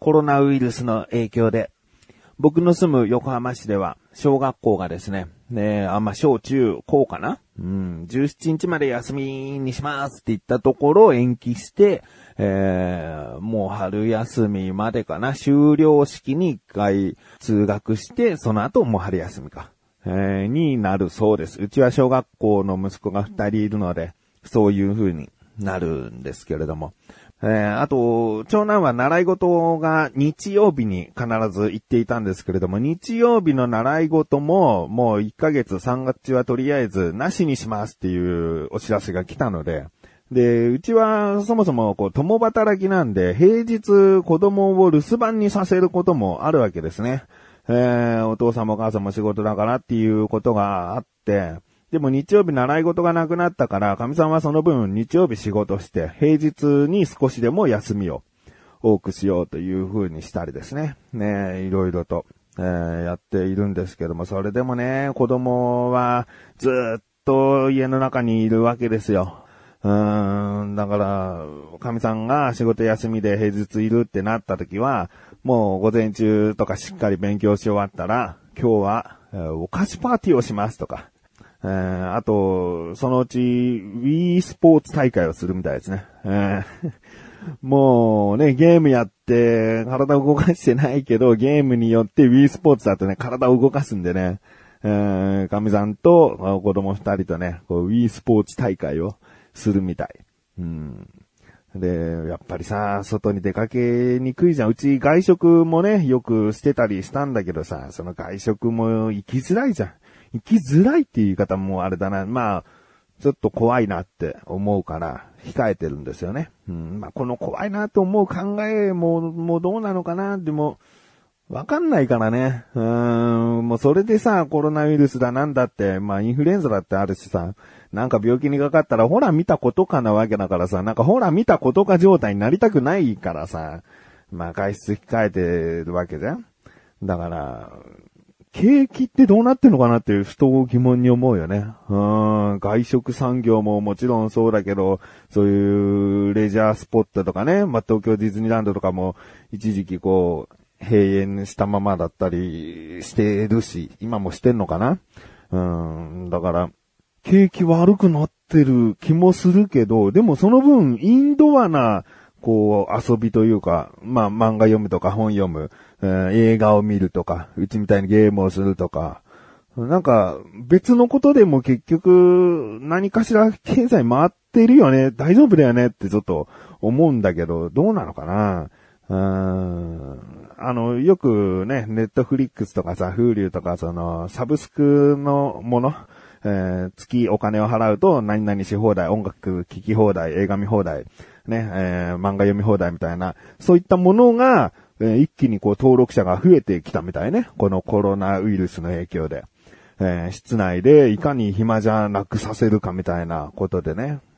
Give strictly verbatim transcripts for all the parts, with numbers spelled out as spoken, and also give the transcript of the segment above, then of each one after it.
コロナウイルスの影響で、僕の住む横浜市では、小学校がですね、ねあ、まあ、小中高かなうん、じゅうしちにちまで休みにしますって言ったところを延期して、えー、もう春休みまでかな、終了式に一回通学して、その後もう春休みか、えー、になるそうです。うちは小学校の息子がふたりいるので、そういう風になるんですけれども。えー、あと、長男は習い事が日曜日に必ず行っていたんですけれども、日曜日の習い事ももういっかげつさんがつはとりあえずなしにしますっていうお知らせが来たので、で、うちはそもそもこう共働きなんで、平日子供を留守番にさせることもあるわけですね。えー、お父さんもお母さんも仕事だからっていうことがあって、でも日曜日習い事がなくなったから、かみさんはその分日曜日仕事して、平日に少しでも休みを多くしようという風にしたりですね。ねいろいろと、えー、やっているんですけども、それでもね、子供はずっと家の中にいるわけですよ。うーん、だから、かみさんが仕事休みで平日いるってなった時は、もう午前中とかしっかり勉強し終わったら、今日は、えー、お菓子パーティーをしますとか、えー、あと、そのうち Wii スポーツ大会をするみたいですね。えー、もうね、ゲームやって体を動かしてないけど、ゲームによって Wii スポーツだとね、体を動かすんでね、えー、かみさんと子供二人とね、こう Wii スポーツ大会をするみたい。うん。で、やっぱりさ、外に出かけにくいじゃん。うち外食もね、よくしてたりしたんだけどさ、その外食も行きづらいじゃん。行きづらいっていう言い方もあれだな。まあ、ちょっと怖いなって思うから、控えてるんですよね。うん、まあ、この怖いなって思う考えも、もうどうなのかな。でも、わかんないからね。うーん、もうそれでさ、コロナウイルスだなんだって、まあインフルエンザだってあるしさ、なんか病気にかかったらほら見たことかなわけだからさ、なんかほら見たことか状態になりたくないからさ、まあ外出控えてるわけじゃん。だから、景気ってどうなってんのかなっていうふと疑問に思うよね。うーん、外食産業ももちろんそうだけど、そういうレジャースポットとかね、まあ東京ディズニーランドとかも一時期こう、閉園したままだったりしてるし、今もしてんのかな？うん、だから、景気悪くなってる気もするけど、でもその分、インドアな、こう、遊びというか、まあ、漫画読むとか本読む、えー、映画を見るとか、うちみたいにゲームをするとか、なんか、別のことでも結局、何かしら経済回ってるよね、大丈夫だよねってちょっと思うんだけど、どうなのかな？うーんあの、よくね、ネットフリックスとかさ、フーリューとか、その、サブスクのもの、えー、月お金を払うと何々し放題、音楽聴き放題、映画見放題、ね、えー、漫画読み放題みたいな、そういったものが、えー、一気にこう登録者が増えてきたみたいね。このコロナウイルスの影響で。えー、室内でいかに暇じゃなくさせるかみたいなことでね。うん。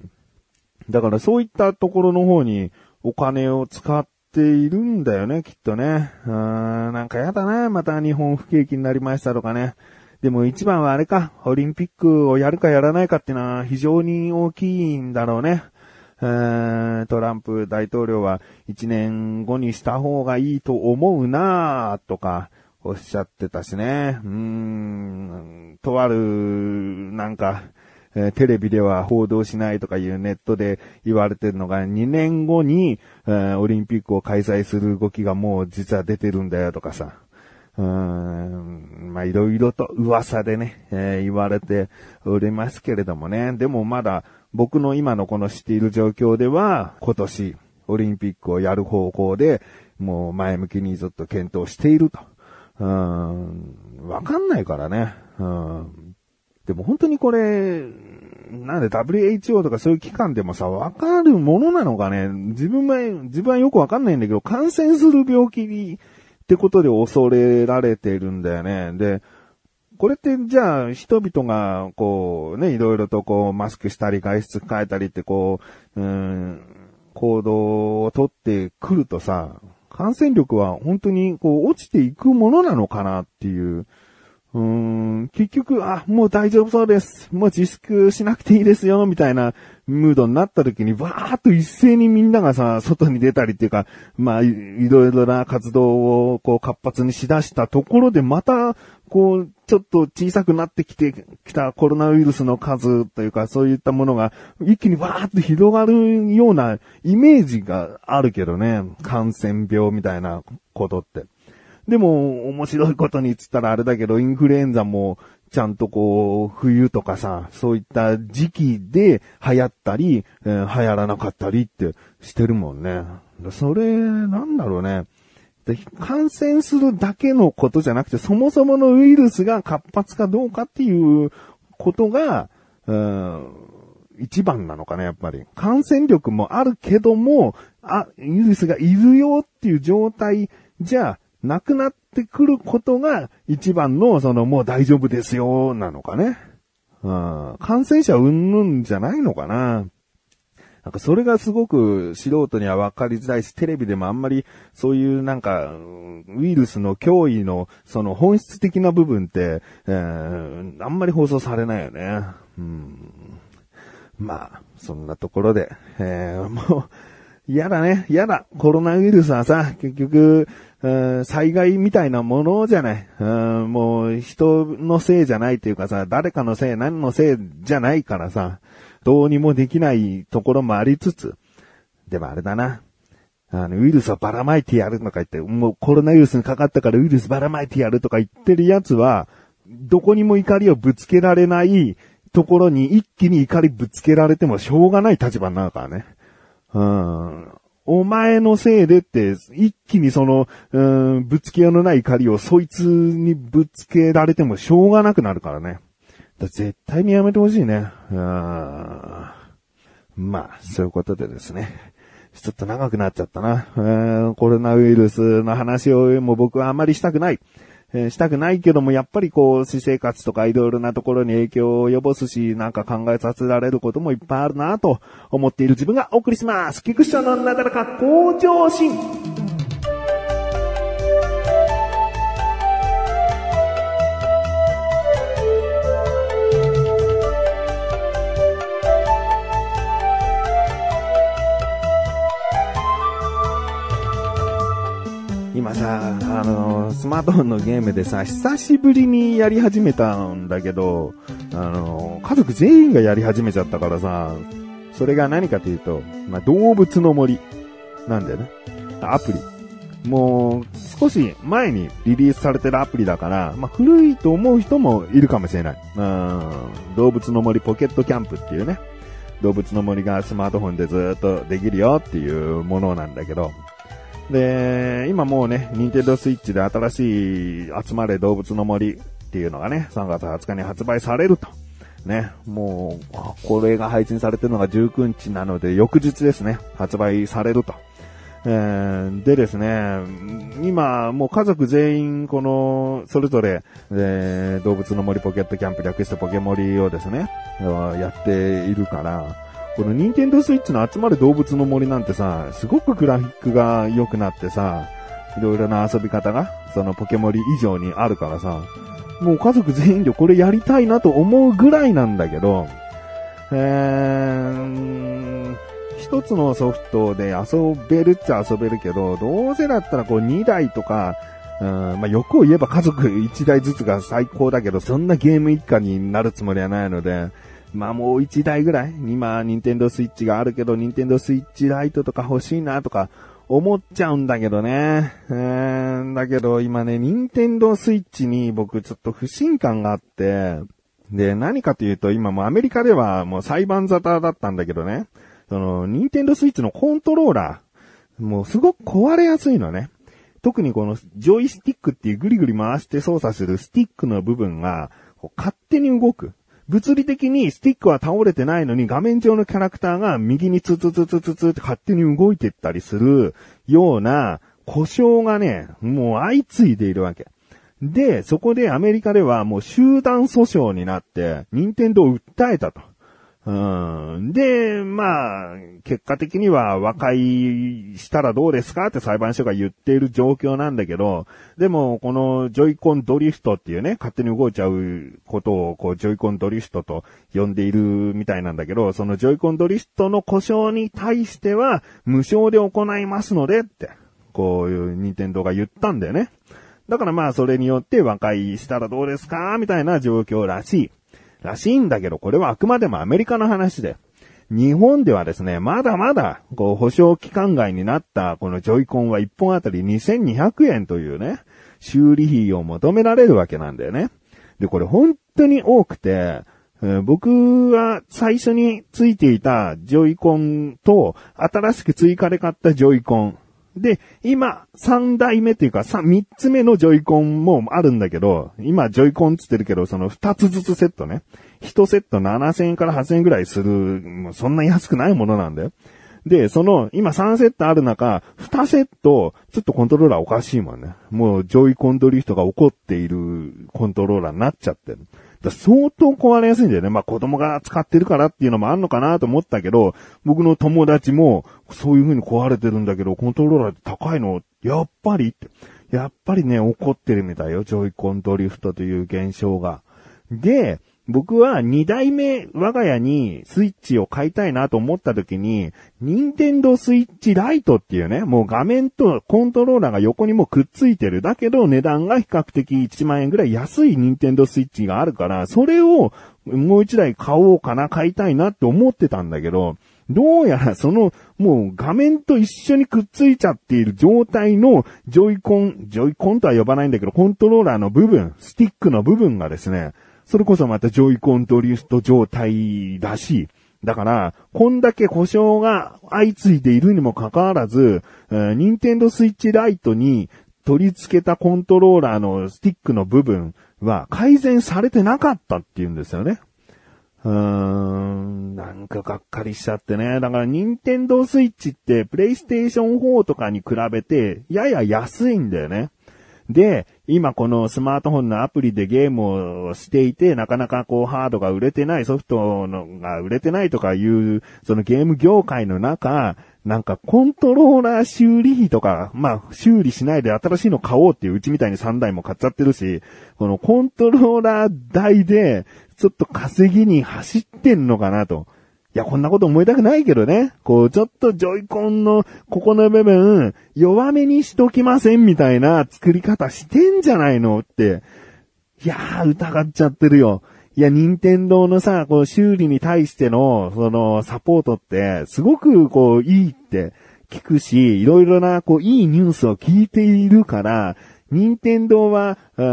だからそういったところの方にお金を使っているんだよね、きっとね。うーん、なんかやだな、また日本不景気になりましたとかね。でも一番はあれか、オリンピックをやるかやらないかっていうのは非常に大きいんだろうね。えー、トランプ大統領はいちねんごにした方がいいと思うなとかおっしゃってたしね。うーん、とある、なんか、えー、テレビでは報道しないとかいうネットで言われてるのがにねんごに、えー、オリンピックを開催する動きがもう実は出てるんだよとかさ。うーん、まあ、いろいろと噂でね、えー、言われておりますけれどもね。でもまだ僕の今のこの知っている状況では、今年オリンピックをやる方向で、もう前向きにずっと検討していると。うーん、わかんないからね。うん、でも本当にこれ、なんで ダブリューエイチオー とかそういう機関でもさ、わかるものなのかね。自分は、自分はよくわかんないんだけど、感染する病気に、ってことで恐れられてるんだよね。で、これってじゃあ人々がこうね、いろいろとこうマスクしたり外出変えたりってこう、うーん、行動をとってくるとさ、感染力は本当にこう落ちていくものなのかなっていう、 うーん、結局、あ、もう大丈夫そうです。もう自粛しなくていいですよ、みたいなムードになった時に、わーっと一斉にみんながさ、外に出たりっていうか、まあ、い、いろいろな活動をこう活発にしだしたところで、また、こう、ちょっと小さくなってきてきたコロナウイルスの数というか、そういったものが一気にわーっと広がるようなイメージがあるけどね。感染病みたいなことって。でも、面白いことに言ったらあれだけど、インフルエンザも、ちゃんとこう、冬とかさ、そういった時期で流行ったり、えー、流行らなかったりってしてるもんね。それ、なんだろうね。で、感染するだけのことじゃなくて、そもそものウイルスが活発かどうかっていうことが、うん、一番なのかな、やっぱり。感染力もあるけども、あ、ウイルスがいるよっていう状態じゃ、なくなってくることが一番のそのもう大丈夫ですよなのかね。うん、感染者うんぬんじゃないのかな。なんかそれがすごく素人には分かりづらいし、テレビでもあんまりそういうなんかウイルスの脅威のその本質的な部分って、えー、あんまり放送されないよね。うん、まあそんなところで、えー、もう嫌だね。嫌だ。コロナウイルスはさ、結局、災害みたいなものじゃない。もう人のせいじゃないっていうかさ、誰かのせい、何のせいじゃないからさ、どうにもできないところもありつつ、でもあれだな。あの、ウイルスをばらまいてやるとか言って、もうコロナウイルスにかかったからウイルスばらまいてやるとか言ってるやつは、どこにも怒りをぶつけられないところに一気に怒りぶつけられてもしょうがない立場になるからね。うん、お前のせいでって、一気にその、うん、ぶつけようのない怒りをそいつにぶつけられてもしょうがなくなるからね。だ絶対にやめてほしいね。うん、まあ、そういうことでですね。ちょっと長くなっちゃったな。うん、コロナウイルスの話をもう僕はあまりしたくない。えー、したくないけども、やっぱりこう、私生活とかいろいろなところに影響を及ぼすし、なんか考えさせられることもいっぱいあるなと思っている自分がお送りします。菊池さんのなだらか向上心。今さ、あの、スマートフォンのゲームでさ、久しぶりにやり始めたんだけど、あの、家族全員がやり始めちゃったからさ、それが何かというと、まあ、動物の森なんだよね。アプリ。もう、少し前にリリースされてるアプリだから、まあ、古いと思う人もいるかもしれない。うん、動物の森ポケットキャンプっていうね、動物の森がスマートフォンでずっとできるよっていうものなんだけど、で、今もうね、ニンテンドースイッチで新しい集まれ動物の森っていうのがね、さんがつはつかに発売されると。ね、もう、これが配信されてるのがじゅうくにちなので、翌日ですね、発売されると。えー、でですね、今、もう家族全員、この、それぞれ、えー、動物の森ポケットキャンプ略してポケモリをですね、やっているから、このニンテンドースイッチの集まる動物の森なんてさ、すごくグラフィックが良くなってさ、いろいろな遊び方が、そのポケモリ以上にあるからさ、もう家族全員でこれやりたいなと思うぐらいなんだけど、えー、一つのソフトで遊べるっちゃ遊べるけど、どうせだったらこうにだいとか、うん、まあ、欲を言えば家族いちだいずつが最高だけど、そんなゲーム一家になるつもりはないので、まあもう一台ぐらい今、ニンテンドースイッチがあるけど、ニンテンドースイッチライトとか欲しいなとか思っちゃうんだけどね。えー、だけど今ね、ニンテンドースイッチに僕ちょっと不信感があって、で、何かというと今もうアメリカではもう裁判沙汰だったんだけどね、その、ニンテンドースイッチのコントローラー、もうすごく壊れやすいのね。特にこのジョイスティックっていうぐりぐり回して操作するスティックの部分がこう勝手に動く。物理的にスティックは倒れてないのに画面上のキャラクターが右にツツツツツツって勝手に動いていったりするような故障がね、もう相次いでいるわけ。で、そこでアメリカではもう集団訴訟になって、任天堂を訴えたと。 うん。で、まあ、結果的には和解したらどうですかって裁判所が言っている状況なんだけど、でもこのジョイコンドリフトっていうね、勝手に動いちゃうことをこうジョイコンドリフトと呼んでいるみたいなんだけど、そのジョイコンドリフトの故障に対しては無償で行いますのでって、こういう任天堂が言ったんだよね。だからまあそれによって和解したらどうですかみたいな状況らしい。らしいんだけど、これはあくまでもアメリカの話で。日本ではですね、まだまだ、こう、保証期間外になったこのジョイコンはいっぽんあたりにせんにひゃくえんというね、修理費を求められるわけなんだよね。で、これ本当に多くて、えー、僕は最初についていたジョイコンと、新しく追加で買ったジョイコン。で、今、三代目っていうか、三、三つ目のジョイコンもあるんだけど、今、ジョイコンつってるけど、その二つずつセットね。一セットななせんえんからはっせんえんぐらいする、もうそんな安くないものなんだよ。で、その、今さんセットある中、にセット、ちょっとコントローラーおかしいもんね。もう、ジョイコンドリフトが起こっているコントローラーになっちゃってる。だ相当壊れやすいんだよね。まあ子供が使ってるからっていうのもあるのかなと思ったけど、僕の友達もそういう風に壊れてるんだけど、コントローラーって高いのやっぱりって。やっぱりね、起こってるみたいよ。ジョイコンドリフトという現象が。で、僕はに代目我が家にスイッチを買いたいなと思った時に、任天堂スイッチライトっていうね、もう画面とコントローラーが横にもくっついてる。だけど値段が比較的いちまんえんぐらい安い任天堂スイッチがあるから、それをもう一台買おうかな、買いたいなって思ってたんだけど、どうやらそのもう画面と一緒にくっついちゃっている状態のジョイコン、ジョイコンとは呼ばないんだけど、コントローラーの部分、スティックの部分がですね、それこそまたジョイコンドリフト状態らしい。だから、こんだけ故障が相次いでいるにもかかわらず、任天堂スイッチライトに取り付けたコントローラーのスティックの部分は改善されてなかったっていうんですよね。うーん、なんかがっかりしちゃってね。だから任天堂スイッチってプレイステーションフォーとかに比べてやや安いんだよね。で、今このスマートフォンのアプリでゲームをしていて、なかなかこうハードが売れてない、ソフトのが売れてないとかいう、そのゲーム業界の中、なんかコントローラー修理費とか、まあ修理しないで新しいの買おうっていううちみたいにさんだいも買っちゃってるし、このコントローラー代でちょっと稼ぎに走ってんのかなと。いや、こんなこと思いたくないけどね。こう、ちょっとジョイコンのここの部分、弱めにしときませんみたいな作り方してんじゃないのって。いやー、疑っちゃってるよ。いや、任天堂のさ、こう、修理に対しての、その、サポートって、すごく、こう、いいって聞くし、いろいろな、こう、いいニュースを聞いているから、任天堂は、うん、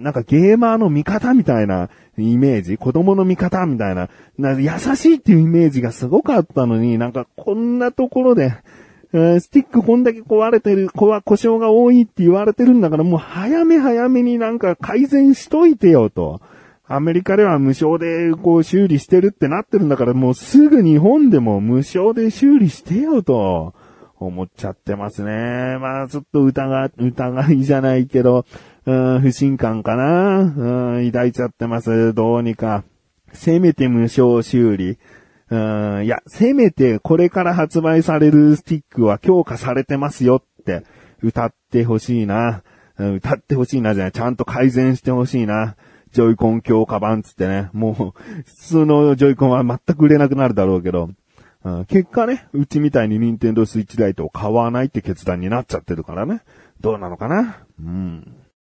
なんかゲーマーの味方みたいなイメージ、子供の味方みたいな、な優しいっていうイメージがすごくあったのに、なんかこんなところで、スティックこんだけ壊れてる、故障が多いって言われてるんだから、もう早め早めになんか改善しといてよと。アメリカでは無償でこう修理してるってなってるんだから、もうすぐ日本でも無償で修理してよと。思っちゃってますね。まあ、ちょっと疑、疑いじゃないけど、うん、不信感かな、うん、抱いちゃってます。どうにか。せめて無償修理。うん、いや、せめてこれから発売されるスティックは強化されてますよって歌ってほしいな。うん、歌ってほしいなじゃない。ちゃんと改善してほしいな。ジョイコン強化版つってね。もう、普通のジョイコンは全く売れなくなるだろうけど。うん、結果ね、うちみたいに任天堂スイッチライトを買わないって決断になっちゃってるからね。どうなのかな？うん。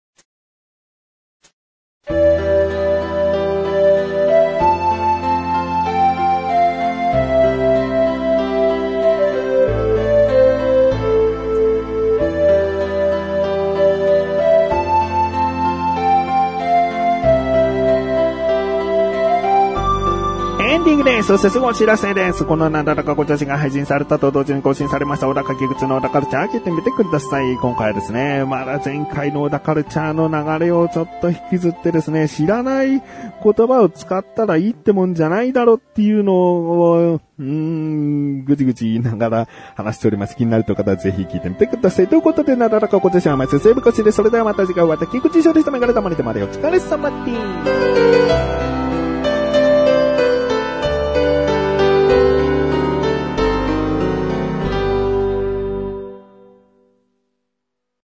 エンディングです。そしてすぐお知らせです。このなだらかご女子が配信されたと同時に更新されました小田柿口の小田カルチャー開けてみてください。今回はですね、まだ前回の小田カルチャーの流れをちょっと引きずってですね、知らない言葉を使ったらいいってもんじゃないだろっていうのを、うーん、ぐちぐち言いながら話しております。気になるという方はぜひ聞いてみてください。ということで、なだらかご女子は毎週セーブコシです。それではまた次回、小田柿口ショーでした。メガネたまりでまでお疲れ様です。